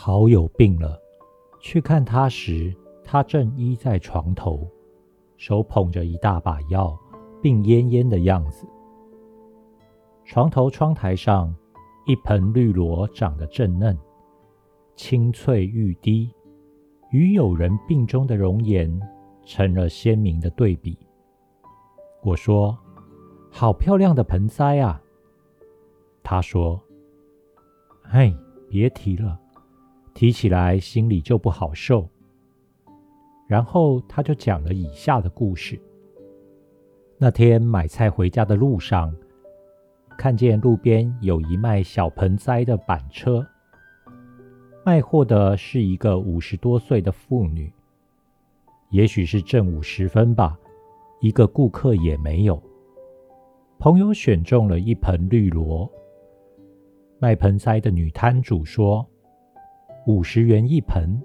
好友病了，去看他时，他正依在床头，手捧着一大把药，病恹恹的样子。床头窗台上，一盆绿萝长得正嫩，青翠欲滴，与友人病中的容颜成了鲜明的对比。我说：好漂亮的盆栽啊！他说：哎，别提了，提起来心里就不好受。然后他就讲了以下的故事。那天买菜回家的路上，看见路边有一卖小盆栽的板车，卖货的是一个50多岁的妇女，也许是正午时分吧，一个顾客也没有。朋友选中了一盆绿萝，卖盆栽的女摊主说50元一盆。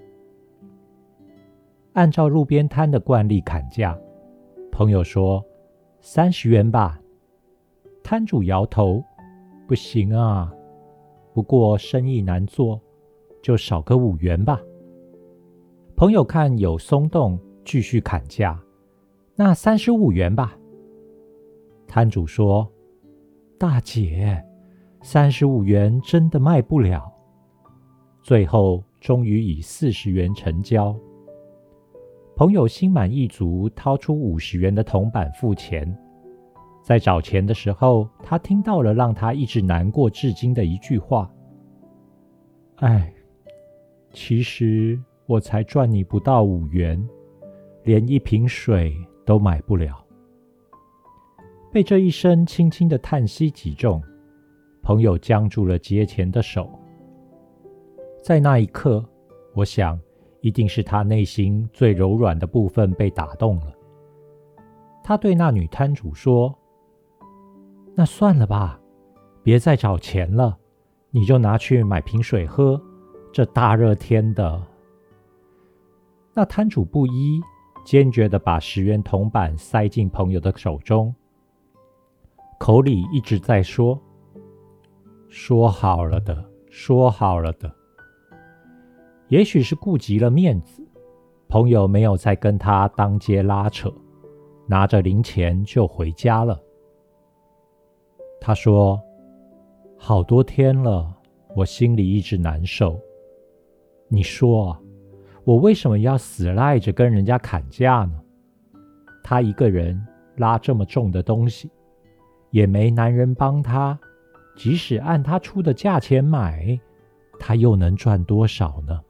按照路边摊的惯例砍价，朋友说30元吧。摊主摇头，不行啊，不过生意难做，就少个5元吧。朋友看有松动，继续砍价，那35元吧。摊主说，大姐，35元真的卖不了。最后终于以40元成交。朋友心满意足，掏出50元的铜板付钱。在找钱的时候，他听到了让他一直难过至今的一句话：哎，其实我才赚你不到5元，连一瓶水都买不了。被这一声轻轻的叹息击中，朋友僵住了接钱的手。在那一刻，我想一定是他内心最柔软的部分被打动了。他对那女摊主说，那算了吧，别再找钱了，你就拿去买瓶水喝，这大热天的。那摊主不依，坚决地把10元铜板塞进朋友的手中，口里一直在说，说好了的，说好了的。也许是顾及了面子，朋友没有再跟他当街拉扯，拿着零钱就回家了。他说，好多天了，我心里一直难受。你说啊，我为什么要死赖着跟人家砍价呢？他一个人拉这么重的东西，也没男人帮他，即使按他出的价钱买，他又能赚多少呢？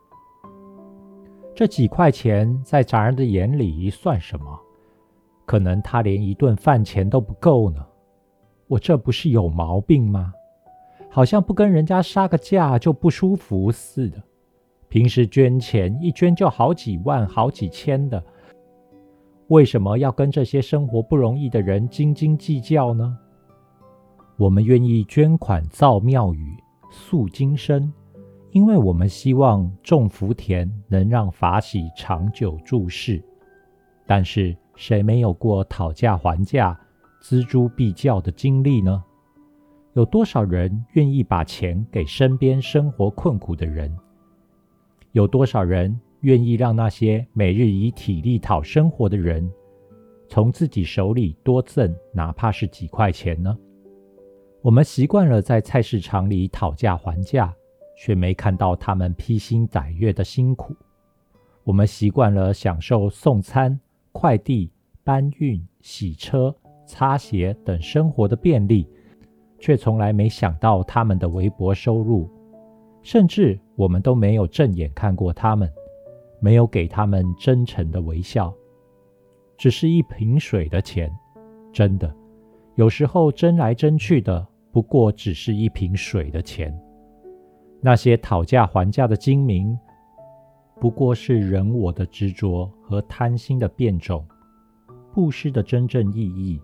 这几块钱在咱人的眼里算什么？可能他连一顿饭钱都不够呢。我这不是有毛病吗？好像不跟人家杀个价就不舒服似的。平时捐钱一捐就好几万好几千的，为什么要跟这些生活不容易的人斤斤计较呢？我们愿意捐款造庙宇塑金身，因为我们希望种福田能让法喜长久住世。但是谁没有过讨价还价锱铢必较的经历呢？有多少人愿意把钱给身边生活困苦的人？有多少人愿意让那些每日以体力讨生活的人从自己手里多赠哪怕是几块钱呢？我们习惯了在菜市场里讨价还价，却没看到他们披星戴月的辛苦。我们习惯了享受送餐、快递、搬运、洗车、擦鞋等生活的便利，却从来没想到他们的微薄收入，甚至我们都没有正眼看过他们，没有给他们真诚的微笑。只是一瓶水的钱，真的，有时候争来争去的，不过只是一瓶水的钱。那些讨价还价的精明，不过是人我的执着和贪心的变种，布施的真正意义。